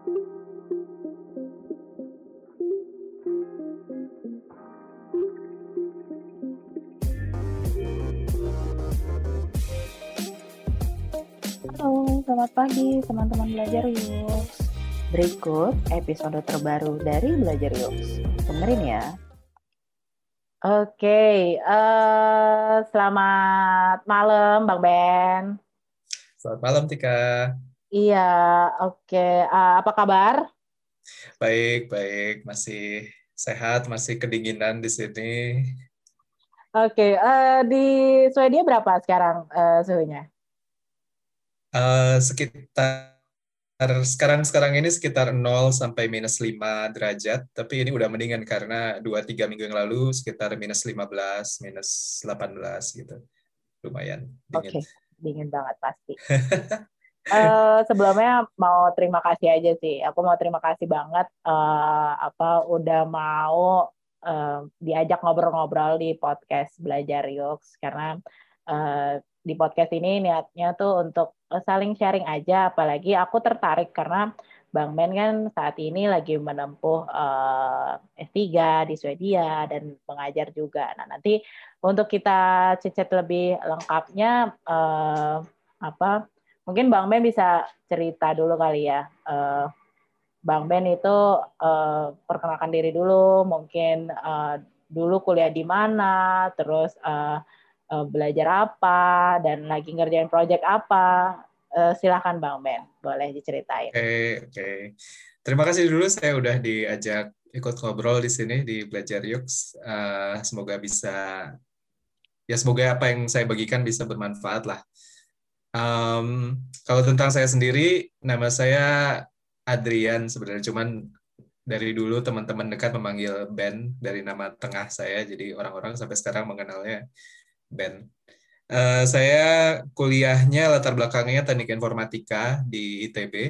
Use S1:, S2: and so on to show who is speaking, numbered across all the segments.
S1: Halo, selamat pagi teman-teman Belajar Yuk. Berikut episode terbaru dari Belajar Yuk. Dengerin ya. Oke, selamat malam Bang Ben.
S2: Selamat malam Tika.
S1: Iya, oke. Apa kabar?
S2: Baik, masih sehat, masih kedinginan di sini.
S1: Oke, di Swedia berapa sekarang suhunya?
S2: Sekitar sekarang ini sekitar 0 sampai -5 derajat, tapi ini udah mendingan karena 2-3 minggu yang lalu sekitar -15, -18 gitu. Lumayan dingin.
S1: Oke, dingin banget pasti. Sebelumnya mau terima kasih aja sih. Aku mau terima kasih banget udah mau diajak ngobrol-ngobrol di podcast Belajar Yux, karena di podcast ini niatnya tuh untuk saling sharing aja, apalagi aku tertarik karena Bang Ben kan saat ini lagi menempuh S3 di Swedia dan mengajar juga. Nah, nanti untuk kita chat lebih lengkapnya mungkin Bang Ben bisa cerita dulu kali ya. Bang Ben itu perkenalkan diri dulu, mungkin dulu kuliah di mana, terus belajar apa, dan lagi ngerjain project apa. Silakan Bang Ben, boleh diceritain.
S2: Oke. Terima kasih dulu saya udah diajak ikut ngobrol di sini di Belajar Yux. Semoga apa yang saya bagikan bisa bermanfaat lah. Kalau tentang saya sendiri, nama saya Adrian sebenarnya, cuman dari dulu teman-teman dekat memanggil Ben dari nama tengah saya, jadi orang-orang sampai sekarang mengenalnya Ben. Saya kuliahnya latar belakangnya teknik informatika di ITB.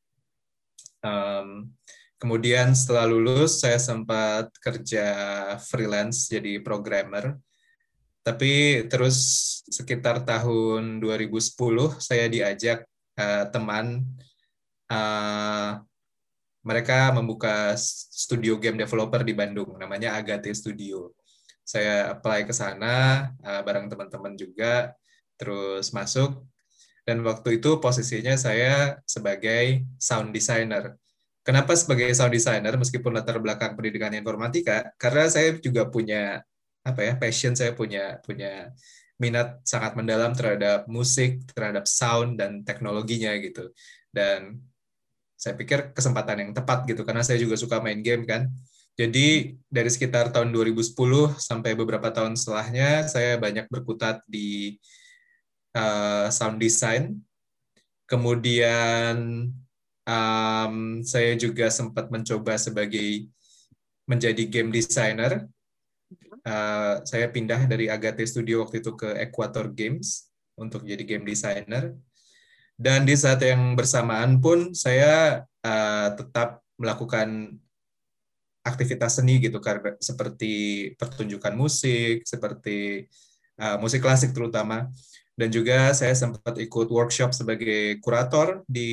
S2: Kemudian setelah lulus, saya sempat kerja freelance jadi programmer. Tapi terus sekitar tahun 2010 saya diajak teman, mereka membuka studio game developer di Bandung, namanya Agate Studio. Saya apply ke sana bareng teman-teman juga, terus masuk. Dan waktu itu posisinya saya sebagai sound designer. Kenapa sebagai sound designer meskipun latar belakang pendidikan informatika? Karena saya juga punya passion, saya punya minat sangat mendalam terhadap musik, terhadap sound dan teknologinya gitu. Dan saya pikir kesempatan yang tepat gitu karena saya juga suka main game kan. Jadi dari sekitar tahun 2010 sampai beberapa tahun setelahnya saya banyak berkutat di sound design. Kemudian saya juga sempat mencoba menjadi game designer. Saya pindah dari Agate Studio waktu itu ke Equator Games untuk jadi game designer. Dan di saat yang bersamaan pun saya tetap melakukan aktivitas seni gitu, karena seperti pertunjukan musik, seperti musik klasik terutama. Dan juga saya sempat ikut workshop sebagai kurator di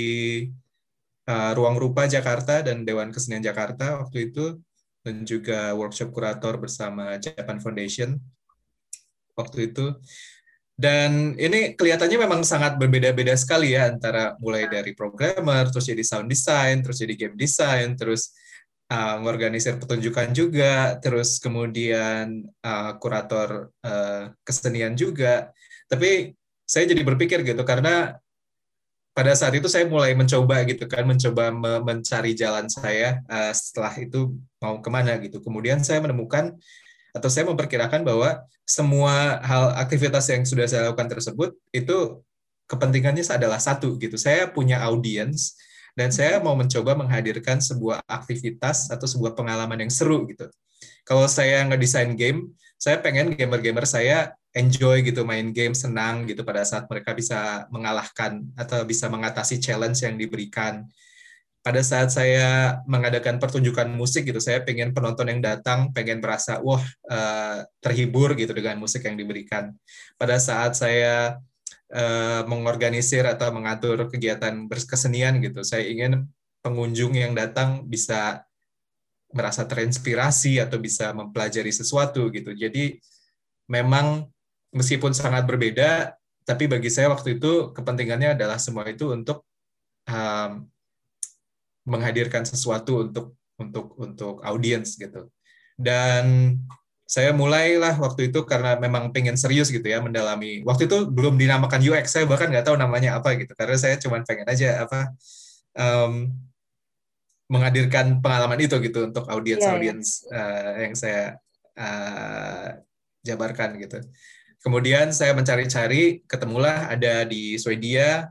S2: Ruang Rupa Jakarta dan Dewan Kesenian Jakarta waktu itu, dan juga workshop kurator bersama Japan Foundation waktu itu. Dan ini kelihatannya memang sangat berbeda-beda sekali ya, antara mulai dari programmer, terus jadi sound design, terus jadi game design, terus mengorganisir pertunjukan juga, terus kemudian kurator kesenian juga. Tapi saya jadi berpikir gitu, karena pada saat itu saya mulai mencoba gitu kan, mencari jalan saya setelah itu mau kemana gitu. Kemudian saya menemukan atau saya memperkirakan bahwa semua hal aktivitas yang sudah saya lakukan tersebut itu kepentingannya adalah satu gitu. Saya punya audiens dan saya mau mencoba menghadirkan sebuah aktivitas atau sebuah pengalaman yang seru gitu. Kalau saya ngedesain game, saya pengen gamer-gamer saya enjoy gitu main game, senang gitu pada saat mereka bisa mengalahkan atau bisa mengatasi challenge yang diberikan. Pada saat saya mengadakan pertunjukan musik gitu, saya pengen penonton yang datang pengen merasa wah terhibur gitu dengan musik yang diberikan. Pada saat saya mengorganisir atau mengatur kegiatan berkesenian gitu, saya ingin pengunjung yang datang bisa merasa terinspirasi atau bisa mempelajari sesuatu gitu. Jadi memang meskipun sangat berbeda, tapi bagi saya waktu itu kepentingannya adalah semua itu untuk um, menghadirkan sesuatu untuk audiens gitu. Dan saya mulailah waktu itu karena memang pengen serius gitu ya mendalami. Waktu itu belum dinamakan UX, saya bahkan nggak tahu namanya apa gitu. Karena saya cuma pengen aja um, menghadirkan pengalaman itu gitu untuk
S1: Iya, iya.
S2: audiens-audiens yang saya jabarkan gitu. Kemudian saya mencari-cari, ketemulah ada di Swedia,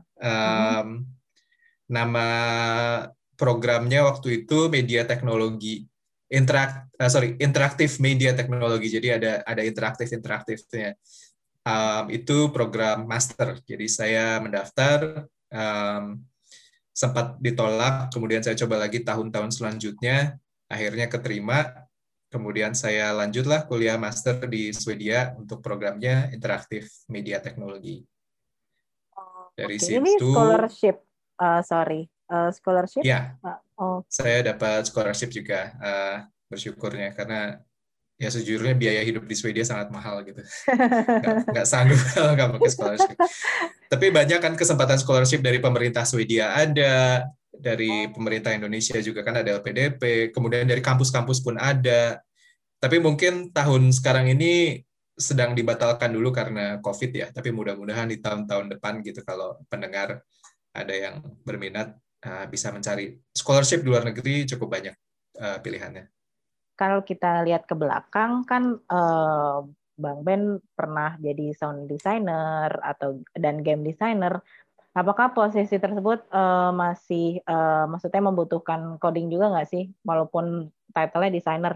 S2: nama programnya waktu itu media teknologi, interaktif media teknologi. Jadi ada interaktifnya. Itu program master. Jadi saya mendaftar, sempat ditolak, kemudian saya coba lagi tahun-tahun selanjutnya, akhirnya keterima, kemudian saya lanjutlah kuliah master di Swedia untuk programnya interaktif media teknologi. Dari
S1: Oke, ini
S2: situ,
S1: scholarship, scholarship?
S2: ya,
S1: Oh,
S2: saya dapat scholarship juga, bersyukurnya, karena ya sejujurnya biaya hidup di Swedia sangat mahal gitu. Nggak sanggup kalau nggak pakai scholarship. Tapi banyak kan kesempatan scholarship dari pemerintah Swedia ada, dari pemerintah Indonesia juga kan ada LPDP, kemudian dari kampus-kampus pun ada. Tapi mungkin tahun sekarang ini sedang dibatalkan dulu karena COVID ya. Tapi mudah-mudahan di tahun-tahun depan gitu kalau pendengar ada yang berminat bisa mencari scholarship di luar negeri, cukup banyak pilihannya.
S1: kalau kita lihat ke belakang kan Bang Ben pernah jadi sound designer dan game designer. Apakah posisi tersebut masih maksudnya membutuhkan coding juga nggak sih, walaupun title-nya designer?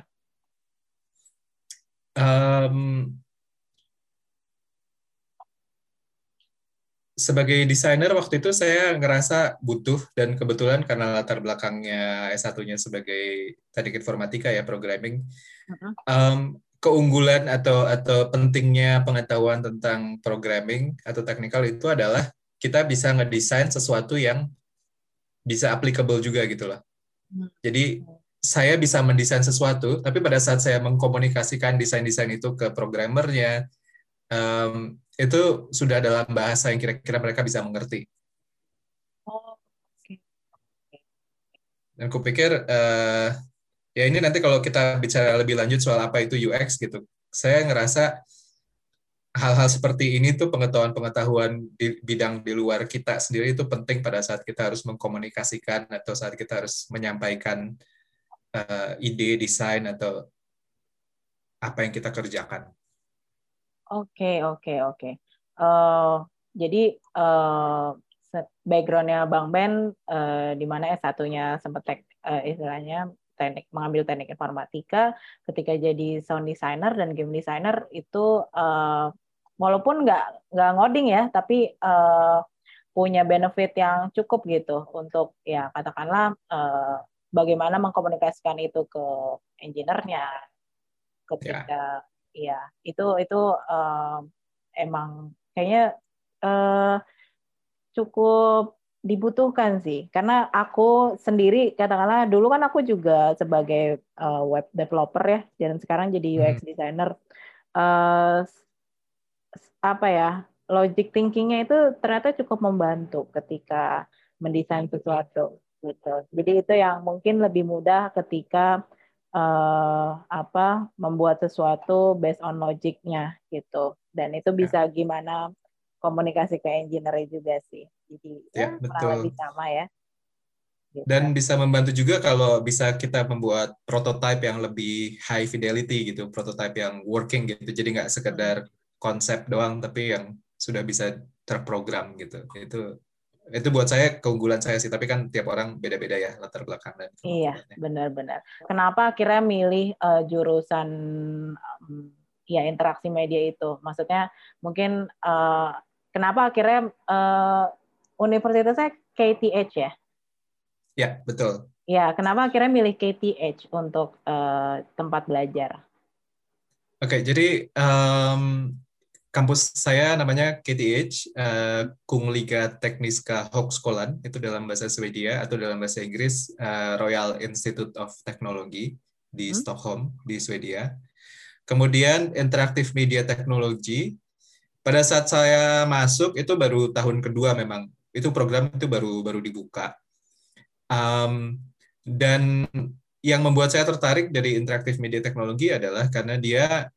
S2: Sebagai desainer waktu itu saya ngerasa butuh, dan kebetulan karena latar belakangnya S1-nya sebagai teknik informatika ya, programming, keunggulan atau pentingnya pengetahuan tentang programming atau technical itu adalah kita bisa ngedesain sesuatu yang bisa applicable juga gitu loh. Jadi saya bisa mendesain sesuatu, tapi pada saat saya mengkomunikasikan desain-desain itu ke programmernya, itu sudah dalam bahasa yang kira-kira mereka bisa mengerti.
S1: Oh, oke.
S2: Dan kupikir ya ini nanti kalau kita bicara lebih lanjut soal apa itu UX gitu, saya ngerasa hal-hal seperti ini tuh pengetahuan-pengetahuan di bidang di luar kita sendiri itu penting pada saat kita harus mengkomunikasikan atau saat kita harus menyampaikan ide desain atau apa yang kita kerjakan.
S1: Oke, oke, oke. Jadi background-nya Bang Ben di mana S1-nya sempat istilahnya mengambil teknik informatika, ketika jadi sound designer dan game designer itu walaupun nggak ngoding ya, tapi punya benefit yang cukup gitu untuk ya katakanlah bagaimana mengkomunikasikan itu ke engineer-nya
S2: Ya,
S1: ketika ya itu emang kayaknya uh, cukup dibutuhkan sih, karena aku sendiri katakanlah dulu kan aku juga sebagai web developer ya, dan sekarang jadi UX designer. uh, Apa ya, logic thinkingnya itu ternyata cukup membantu ketika mendesain sesuatu gitu. Jadi itu yang mungkin lebih mudah ketika membuat sesuatu based on logiknya gitu. Dan itu
S2: ya,
S1: bisa gimana komunikasi ke engineer juga sih. Jadi
S2: ya
S1: ya kurang lebih
S2: betul.
S1: sama ya. Gitu.
S2: Dan bisa membantu juga kalau bisa kita membuat prototype yang lebih high fidelity gitu, prototype yang working gitu. Jadi nggak sekedar konsep doang, tapi yang sudah bisa terprogram gitu. Itu buat saya keunggulan saya sih. Tapi kan tiap orang beda-beda ya latar belakang dan
S1: Iya,
S2: kemampuannya.
S1: benar-benar. Kenapa akhirnya milih jurusan ya interaksi media itu? Maksudnya mungkin kenapa akhirnya universitasnya KTH ya?
S2: Ya, betul.
S1: Ya, kenapa akhirnya milih KTH untuk tempat belajar?
S2: Oke, jadi kampus saya namanya KTH, Kungliga Tekniska Högskolan, itu dalam bahasa Swedia, atau dalam bahasa Inggris Royal Institute of Technology di Stockholm, di Swedia. Kemudian Interactive Media Technology, pada saat saya masuk itu baru tahun kedua memang, itu program itu baru dibuka. Dan yang membuat saya tertarik dari Interactive Media Technology adalah karena dia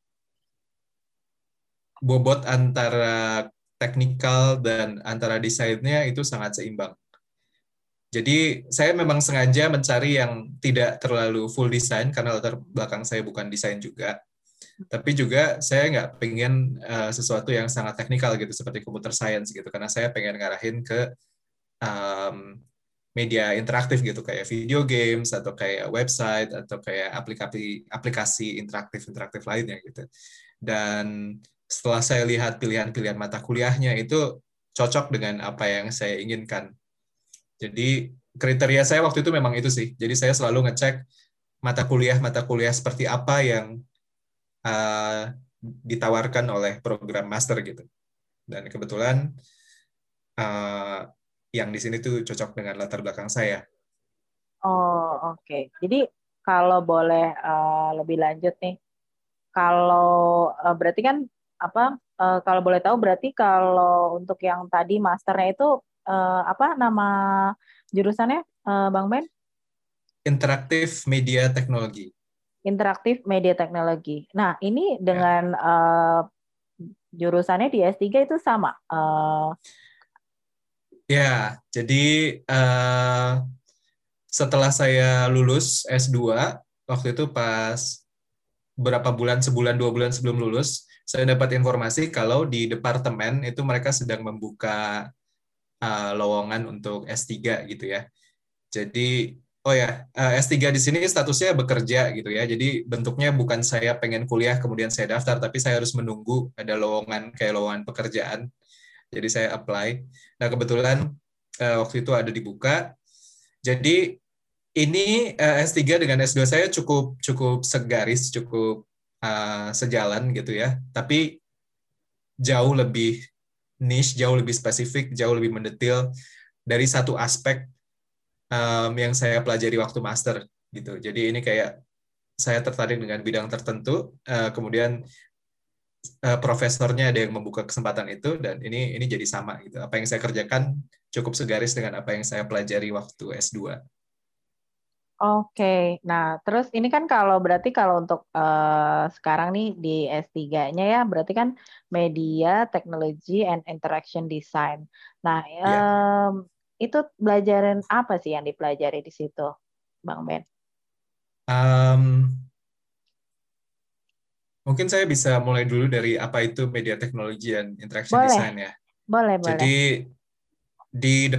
S2: bobot antara teknikal dan antara desainnya itu sangat seimbang. Jadi saya memang sengaja mencari yang tidak terlalu full design karena latar belakang saya bukan desain juga. Tapi juga saya nggak pengen sesuatu yang sangat teknikal gitu seperti computer science gitu karena saya pengen ngarahin ke media interaktif gitu kayak video games atau kayak website atau kayak aplikasi interaktif lainnya gitu. Dan setelah saya lihat pilihan-pilihan mata kuliahnya itu cocok dengan apa yang saya inginkan. Jadi kriteria saya waktu itu memang itu sih. Jadi saya selalu ngecek mata kuliah seperti apa yang ditawarkan oleh program master gitu. Dan kebetulan yang di sini tuh cocok dengan latar belakang saya.
S1: Oh, oke. Jadi kalau boleh lebih lanjut nih, kalau berarti kan kalau boleh tahu berarti kalau untuk yang tadi masternya itu apa nama jurusannya, Bang Ben?
S2: Interaktif Media Teknologi.
S1: Interaktif Media Teknologi. Nah, ini
S2: Ya.
S1: dengan jurusannya di S3 itu sama.
S2: Ya, jadi setelah saya lulus S2, waktu itu pas berapa bulan, sebulan, 2 bulan sebelum lulus, saya dapat informasi kalau di departemen itu mereka sedang membuka lowongan untuk S3 gitu ya. Jadi, oh ya, S3 di sini statusnya bekerja gitu ya. Jadi bentuknya bukan saya pengen kuliah kemudian saya daftar, tapi saya harus menunggu ada lowongan kayak lowongan pekerjaan. Jadi saya apply. Nah kebetulan waktu itu ada dibuka. Jadi ini S3 dengan S2 saya cukup segaris, cukup sejalan gitu ya. Tapi jauh lebih niche, jauh lebih spesifik, jauh lebih mendetil dari satu aspek yang saya pelajari waktu master gitu. Jadi ini kayak saya tertarik dengan bidang tertentu, kemudian profesornya ada yang membuka kesempatan itu dan ini jadi sama gitu. Apa yang saya kerjakan cukup segaris dengan apa yang saya pelajari waktu S2.
S1: Oke, nah terus ini kan berarti kalau untuk sekarang nih di S3-nya ya, berarti kan Media, Technology, and Interaction Design. Nah,
S2: Ya.
S1: itu belajarin apa sih yang dipelajari di situ, Bang Ben?
S2: Mungkin saya bisa mulai dulu dari apa itu media teknologi dan interaction
S1: Boleh,
S2: design ya.
S1: boleh, boleh.
S2: Jadi di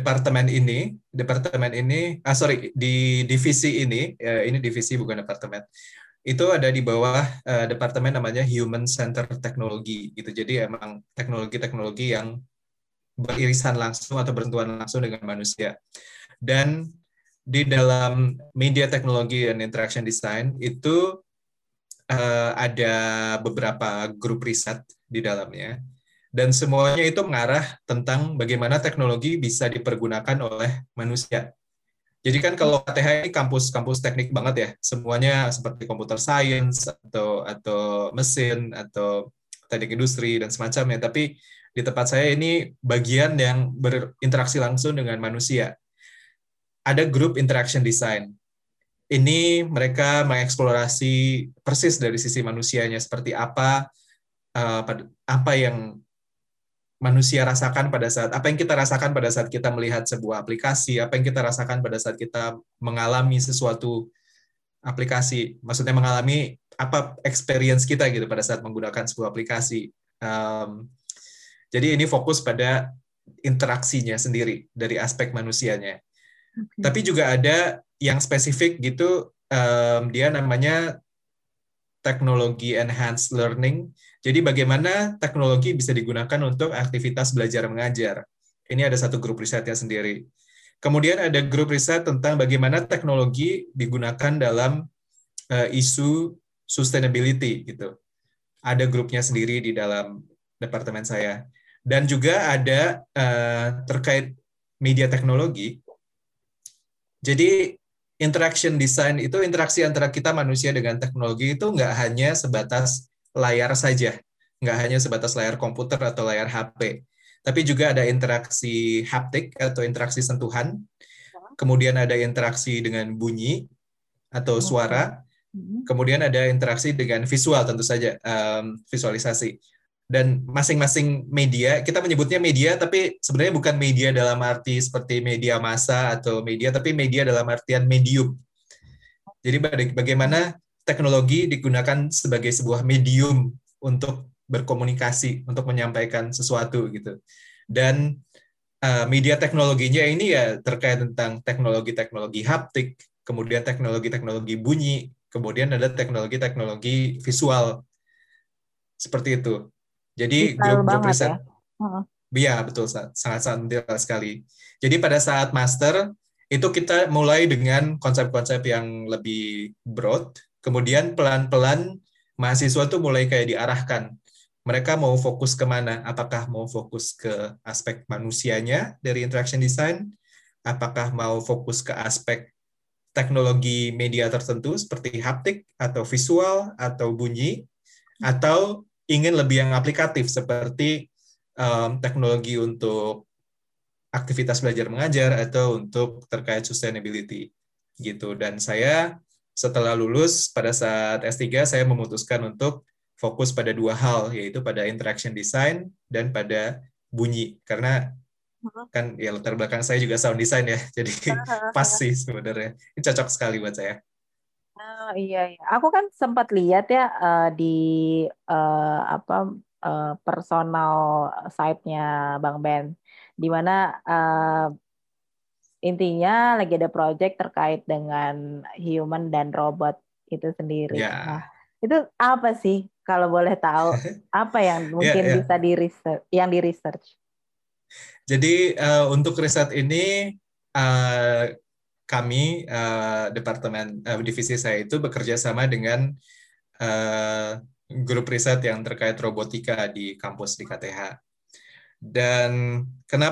S2: di divisi bukan departemen. Itu ada di bawah departemen namanya Human Center Technology gitu. Jadi emang teknologi-teknologi yang beririsan langsung atau bersentuhan langsung dengan manusia. Dan di dalam media teknologi dan interaction design itu ada beberapa grup riset di dalamnya dan semuanya itu mengarah tentang bagaimana teknologi bisa dipergunakan oleh manusia. Jadi kan kalau KTH ini kampus teknik banget ya, semuanya seperti computer science atau mesin atau teknik industri dan semacamnya. Tapi di tempat saya ini bagian yang berinteraksi langsung dengan manusia. Ada grup interaction design. Ini mereka mengeksplorasi persis dari sisi manusianya seperti apa yang manusia rasakan apa yang kita rasakan pada saat kita melihat sebuah aplikasi, apa yang kita rasakan pada saat kita mengalami sesuatu aplikasi, maksudnya mengalami apa experience kita gitu pada saat menggunakan sebuah aplikasi. Jadi ini fokus pada interaksinya sendiri dari aspek manusianya.
S1: Okay.
S2: Tapi juga ada yang spesifik gitu, dia namanya teknologi enhanced learning. Jadi bagaimana teknologi bisa digunakan untuk aktivitas belajar mengajar. Ini ada satu grup risetnya sendiri. Kemudian ada grup riset tentang bagaimana teknologi digunakan dalam isu sustainability gitu. Ada grupnya sendiri di dalam departemen saya. Dan juga ada terkait media teknologi. Jadi interaction design itu interaksi antara kita manusia dengan teknologi itu nggak hanya sebatas layar saja, nggak hanya sebatas layar komputer atau layar HP, tapi juga ada interaksi haptik atau interaksi sentuhan, kemudian ada interaksi dengan bunyi atau suara, kemudian ada interaksi dengan visual tentu saja, visualisasi. Dan masing-masing media, kita menyebutnya media, tapi sebenarnya bukan media dalam arti seperti media massa atau media, tapi media dalam artian medium. Jadi bagaimana teknologi digunakan sebagai sebuah medium untuk berkomunikasi, untuk menyampaikan sesuatu gitu. Dan media teknologinya ini ya terkait tentang teknologi-teknologi haptik, kemudian teknologi-teknologi bunyi, kemudian ada teknologi-teknologi visual. Seperti itu. Jadi
S1: Detail
S2: grup
S1: banget ya.
S2: riset, ya betul, sangat-sangat detail sekali. Jadi pada saat master, itu kita mulai dengan konsep-konsep yang lebih broad, kemudian pelan-pelan mahasiswa tuh mulai kayak diarahkan. Mereka mau fokus kemana? Apakah mau fokus ke aspek manusianya dari interaction design? Apakah mau fokus ke aspek teknologi media tertentu seperti haptik atau visual atau bunyi? Atau ingin lebih yang aplikatif seperti teknologi untuk aktivitas belajar mengajar atau untuk terkait sustainability gitu. Dan saya setelah lulus pada saat S3 saya memutuskan untuk fokus pada dua hal, yaitu pada interaction design dan pada bunyi, karena kan ya latar belakang saya juga sound design ya, jadi pas sih sebenarnya. Ini cocok sekali buat saya.
S1: Oh, iya, iya. Aku kan sempat lihat ya di apa personal site-nya Bang Ben, di mana intinya lagi ada project terkait dengan human dan robot itu sendiri. Nah,
S2: Ya,
S1: itu apa sih kalau boleh tahu? Apa yang
S2: ya,
S1: mungkin
S2: ya.
S1: bisa di research, yang di research?
S2: Jadi untuk riset ini uh, kami departemen divisi saya itu bekerja sama dengan uh, grup riset yang terkait robotika di kampus di KTH. Dan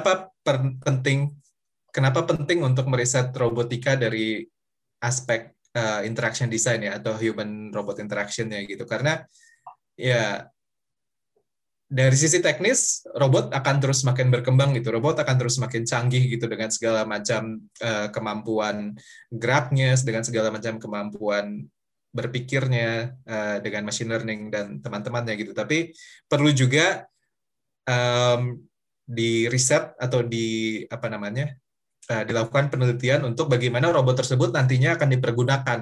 S2: kenapa penting untuk meriset robotika dari aspek interaction design ya atau human robot interaction ya gitu, karena ya dari sisi teknis, robot akan terus makin berkembang gitu. Robot akan terus makin canggih gitu dengan segala macam kemampuan geraknya, dengan segala macam kemampuan berpikirnya dengan machine learning dan teman-temannya gitu. Tapi perlu juga di riset atau di apa namanya dilakukan penelitian untuk bagaimana robot tersebut nantinya akan dipergunakan.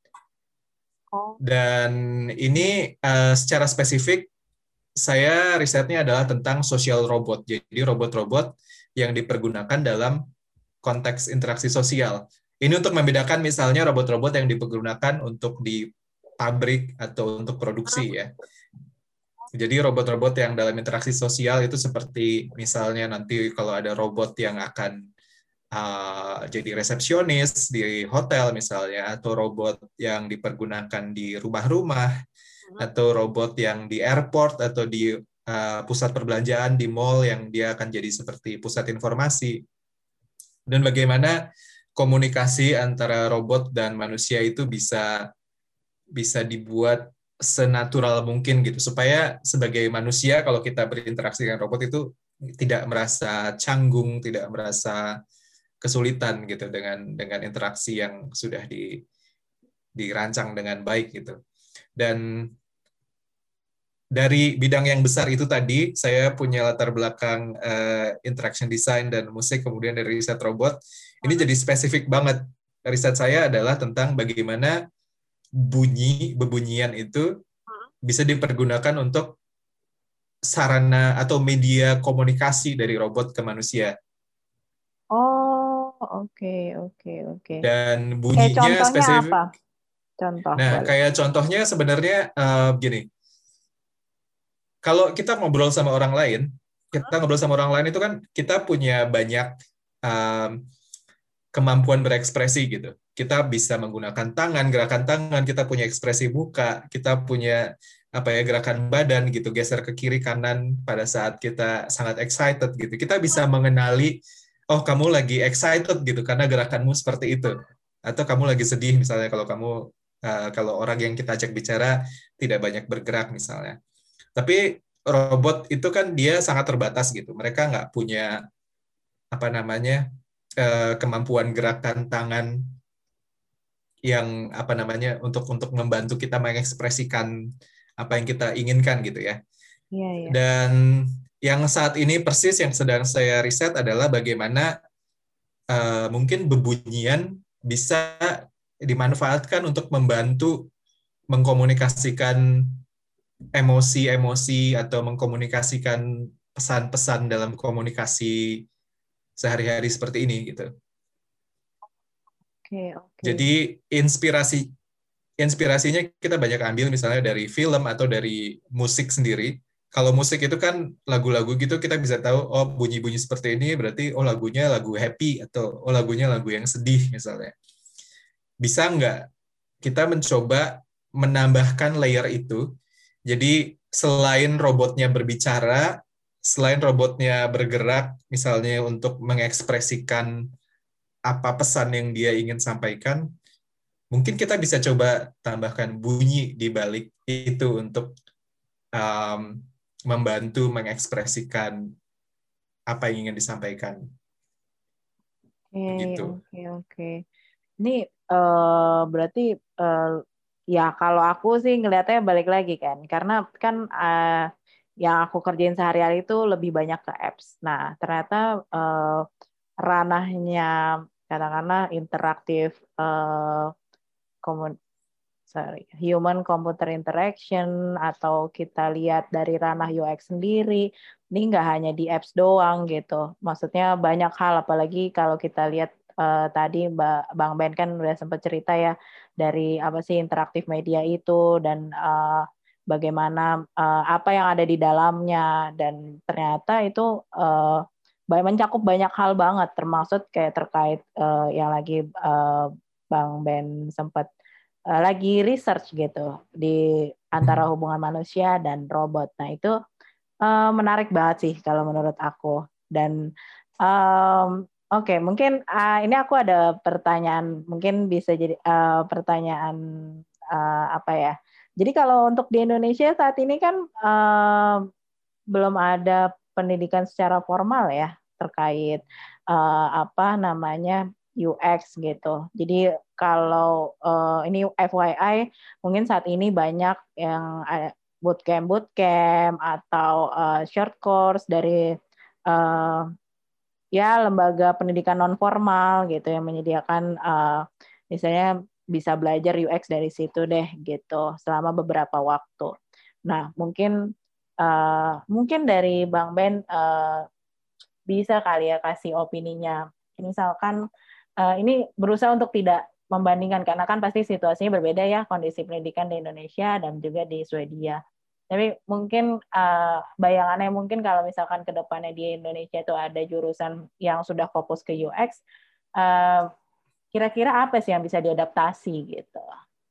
S2: Dan ini secara spesifik saya risetnya adalah tentang social robot. Jadi robot-robot yang dipergunakan dalam konteks interaksi sosial. Ini untuk membedakan misalnya robot-robot yang dipergunakan untuk di pabrik atau untuk produksi ya. Jadi robot-robot yang dalam interaksi sosial itu seperti misalnya nanti kalau ada robot yang akan jadi resepsionis di hotel misalnya, atau robot yang dipergunakan di rumah-rumah, atau robot yang di airport atau di pusat perbelanjaan di mall yang dia akan jadi seperti pusat informasi. Dan bagaimana komunikasi antara robot dan manusia itu bisa dibuat senatural mungkin gitu, supaya sebagai manusia kalau kita berinteraksi dengan robot itu tidak merasa canggung, tidak merasa kesulitan gitu dengan interaksi yang sudah dirancang dengan baik gitu. Dan dari bidang yang besar itu tadi, saya punya latar belakang interaction design dan musik, kemudian dari riset robot. Ini jadi spesifik banget. Riset saya adalah tentang bagaimana bebunyian itu bisa dipergunakan untuk sarana atau media komunikasi dari robot ke manusia.
S1: Oh, oke, oke, oke.
S2: Dan
S1: Kayak
S2: bunyinya
S1: contohnya apa?
S2: spesifik.
S1: Contoh
S2: Nah,
S1: boleh.
S2: kayak contohnya sebenarnya gini, kalau kita ngobrol sama orang lain, itu kan kita punya banyak um, kemampuan berekspresi gitu. Kita bisa menggunakan tangan, gerakan tangan, kita punya ekspresi muka, kita punya apa ya, gerakan badan gitu, geser ke kiri kanan pada saat kita sangat excited gitu. Kita bisa mengenali, oh kamu lagi excited gitu karena gerakanmu seperti itu. Atau kamu lagi sedih misalnya, kalau kamu kalau orang yang kita ajak bicara tidak banyak bergerak misalnya. Tapi robot itu kan dia sangat terbatas gitu. Mereka nggak punya apa namanya kemampuan gerakan tangan yang apa namanya untuk membantu kita mengekspresikan apa yang kita inginkan gitu ya.
S1: Iya, iya.
S2: Dan yang saat ini persis yang sedang saya riset adalah bagaimana mungkin bebunyian bisa dimanfaatkan untuk membantu mengkomunikasikan emosi-emosi atau mengkomunikasikan pesan-pesan dalam komunikasi sehari-hari seperti ini gitu.
S1: Oke, oke.
S2: Jadi inspirasinya kita banyak ambil misalnya dari film atau dari musik sendiri. Kalau musik itu kan lagu-lagu gitu kita bisa tahu, oh bunyi-bunyi seperti ini berarti oh lagunya lagu happy atau oh lagunya lagu yang sedih misalnya. Bisa nggak kita mencoba menambahkan layer itu? Jadi selain robotnya berbicara, selain robotnya bergerak misalnya untuk mengekspresikan apa pesan yang dia ingin sampaikan, mungkin kita bisa coba tambahkan bunyi di balik itu untuk um, membantu mengekspresikan apa yang ingin disampaikan.
S1: Oke,
S2: Begitu.
S1: oke, oke. Ini berarti ya kalau aku sih ngelihatnya balik lagi kan, karena kan yang aku kerjain sehari-hari itu lebih banyak ke apps. Nah, ternyata ranahnya katakanlah interaktif komun human computer interaction, atau kita lihat dari ranah UX sendiri, ini nggak hanya di apps doang gitu. Maksudnya banyak hal, apalagi kalau kita lihat tadi Bang Ben kan udah sempat cerita ya dari apa sih interaktif media itu, dan bagaimana apa yang ada di dalamnya, dan ternyata itu mencakup banyak hal banget, termasuk kayak terkait yang lagi Bang Ben sempat lagi research gitu di antara hubungan manusia dan robot. Nah, itu menarik banget sih kalau menurut aku. Dan oke, mungkin ini aku ada pertanyaan, mungkin bisa jadi pertanyaan apa ya. Jadi kalau untuk di Indonesia saat ini kan belum ada pendidikan secara formal ya terkait apa namanya UX gitu. Jadi kalau ini FYI, mungkin saat ini banyak yang bootcamp atau short course dari ya lembaga pendidikan non formal gitu yang menyediakan misalnya bisa belajar UX dari situ deh gitu selama beberapa waktu. Nah, mungkin dari Bang Ben bisa kali ya kasih opininya. Misalkan ini berusaha untuk tidak membandingkan, karena kan pasti situasinya berbeda ya, kondisi pendidikan di Indonesia dan juga di Swedia. Tapi mungkin bayangannya mungkin kalau misalkan ke depannya di Indonesia itu ada jurusan yang sudah fokus ke UX, kira-kira apa sih yang bisa diadaptasi gitu?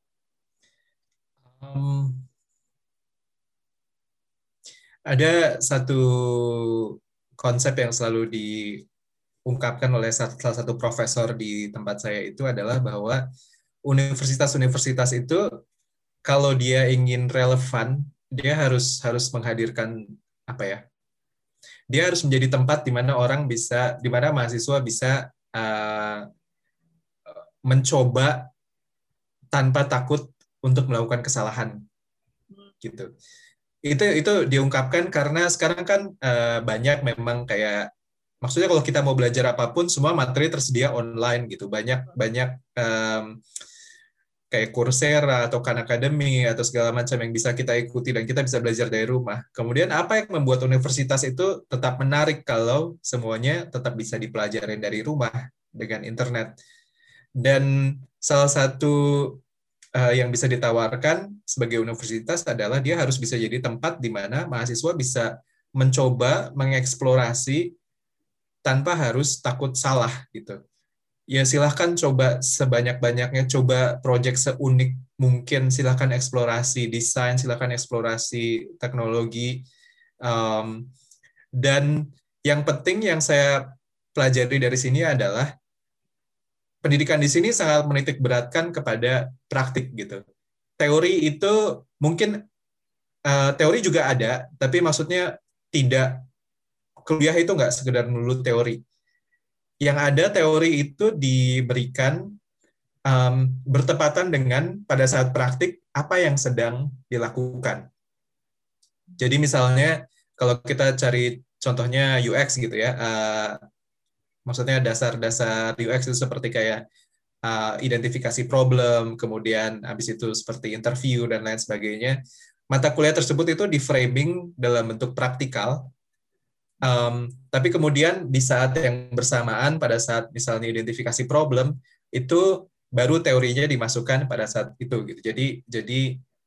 S2: Ada satu konsep yang selalu diungkapkan oleh salah satu profesor di tempat saya itu adalah bahwa universitas-universitas itu kalau dia ingin relevan, dia harus menghadirkan apa ya? Dia harus menjadi tempat di mana di mana mahasiswa bisa mencoba tanpa takut untuk melakukan kesalahan, gitu. Itu diungkapkan karena sekarang kan banyak memang kayak, maksudnya kalau kita mau belajar apapun semua materi tersedia online gitu, banyak kayak Coursera atau Khan Academy atau segala macam yang bisa kita ikuti dan kita bisa belajar dari rumah. Kemudian apa yang membuat universitas itu tetap menarik kalau semuanya tetap bisa dipelajari dari rumah dengan internet. Dan salah satu yang bisa ditawarkan sebagai universitas adalah dia harus bisa jadi tempat di mana mahasiswa bisa mencoba mengeksplorasi tanpa harus takut salah gitu. ya silahkan coba sebanyak-banyaknya, coba project seunik mungkin, silahkan eksplorasi desain, silahkan eksplorasi teknologi. Um, dan yang penting yang saya pelajari dari sini adalah pendidikan di sini sangat menitik beratkan kepada praktik gitu. Teori itu mungkin teori juga ada, tapi maksudnya tidak, kuliah itu nggak sekedar melulu teori. Yang ada teori itu diberikan bertepatan dengan pada saat praktik apa yang sedang dilakukan. Jadi misalnya kalau kita cari contohnya UX gitu ya, maksudnya dasar-dasar UX itu seperti kayak identifikasi problem, kemudian habis itu seperti interview dan lain sebagainya. Mata kuliah tersebut itu di framing dalam bentuk praktikal, tapi kemudian di saat yang bersamaan pada saat misalnya identifikasi problem itu baru teorinya dimasukkan pada saat itu gitu. Jadi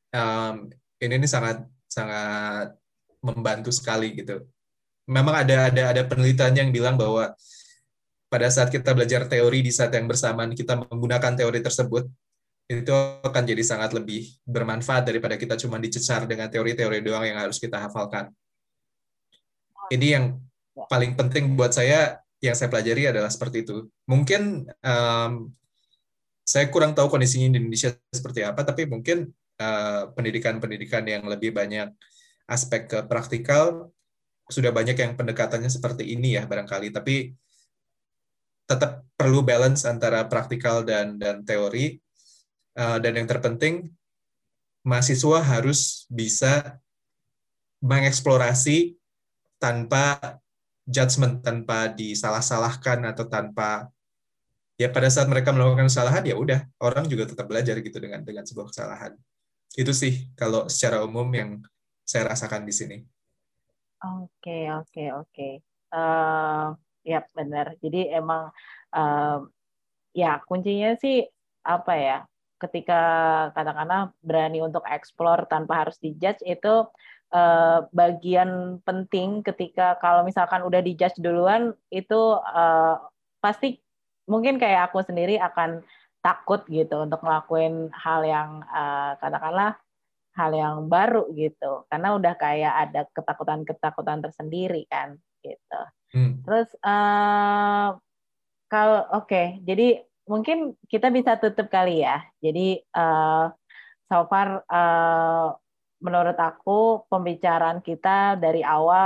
S2: ini sangat sangat membantu sekali gitu. Memang ada penelitian yang bilang bahwa pada saat kita belajar teori di saat yang bersamaan kita menggunakan teori tersebut, itu akan jadi sangat lebih bermanfaat daripada kita cuma dicecar dengan teori-teori doang yang harus kita hafalkan. Ini yang paling penting buat saya, yang saya pelajari adalah seperti itu. Mungkin saya kurang tahu kondisinya di Indonesia seperti apa, tapi mungkin pendidikan-pendidikan yang lebih banyak aspek ke praktikal, sudah banyak yang pendekatannya seperti ini ya barangkali, tapi tetap perlu balance antara praktikal dan teori. Dan yang terpenting, mahasiswa harus bisa mengeksplorasi tanpa judgement, tanpa disalah-salahkan atau tanpa, ya pada saat mereka melakukan kesalahan ya udah, orang juga tetap belajar gitu dengan sebuah kesalahan. Itu sih kalau secara umum yang saya rasakan di sini.
S1: Oke. Ya benar. Jadi emang ya kuncinya sih apa ya? Ketika katakanlah berani untuk explore tanpa harus dijudge itu bagian penting. Ketika kalau misalkan udah dijudge duluan itu pasti mungkin kayak aku sendiri akan takut gitu untuk ngelakuin hal yang katakanlah hal yang baru gitu karena udah kayak ada ketakutan tersendiri kan gitu. Terus kalau jadi mungkin kita bisa tutup kali ya. Jadi so far menurut aku pembicaraan kita dari awal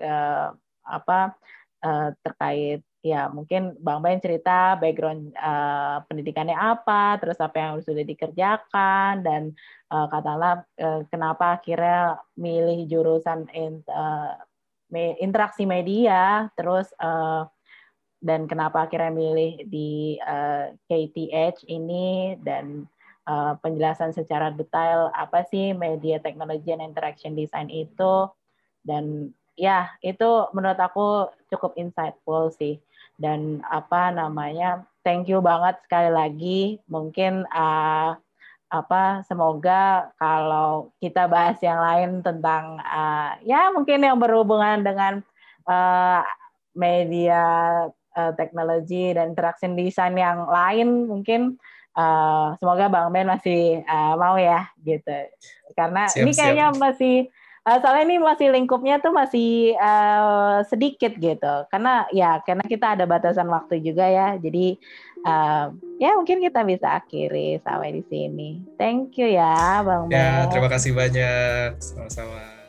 S1: terkait ya mungkin Bang Ben cerita background pendidikannya apa, terus apa yang sudah dikerjakan dan katakanlah kenapa akhirnya milih jurusan interaksi media, terus dan kenapa akhirnya milih di KTH ini dan penjelasan secara detail apa sih media technology and interaction design itu dan ya itu menurut aku cukup insightful sih dan thank you banget sekali lagi mungkin semoga kalau kita bahas yang lain tentang ya mungkin yang berhubungan dengan media teknologi dan interaction design yang lain mungkin semoga Bang Ben masih mau ya gitu karena ini kayaknya masih soalnya ini masih lingkupnya tuh masih sedikit gitu karena kita ada batasan waktu juga ya jadi ya mungkin kita bisa akhiri sampai di sini. Thank you ya Bang Ben.
S2: Ya terima kasih banyak, sama-sama.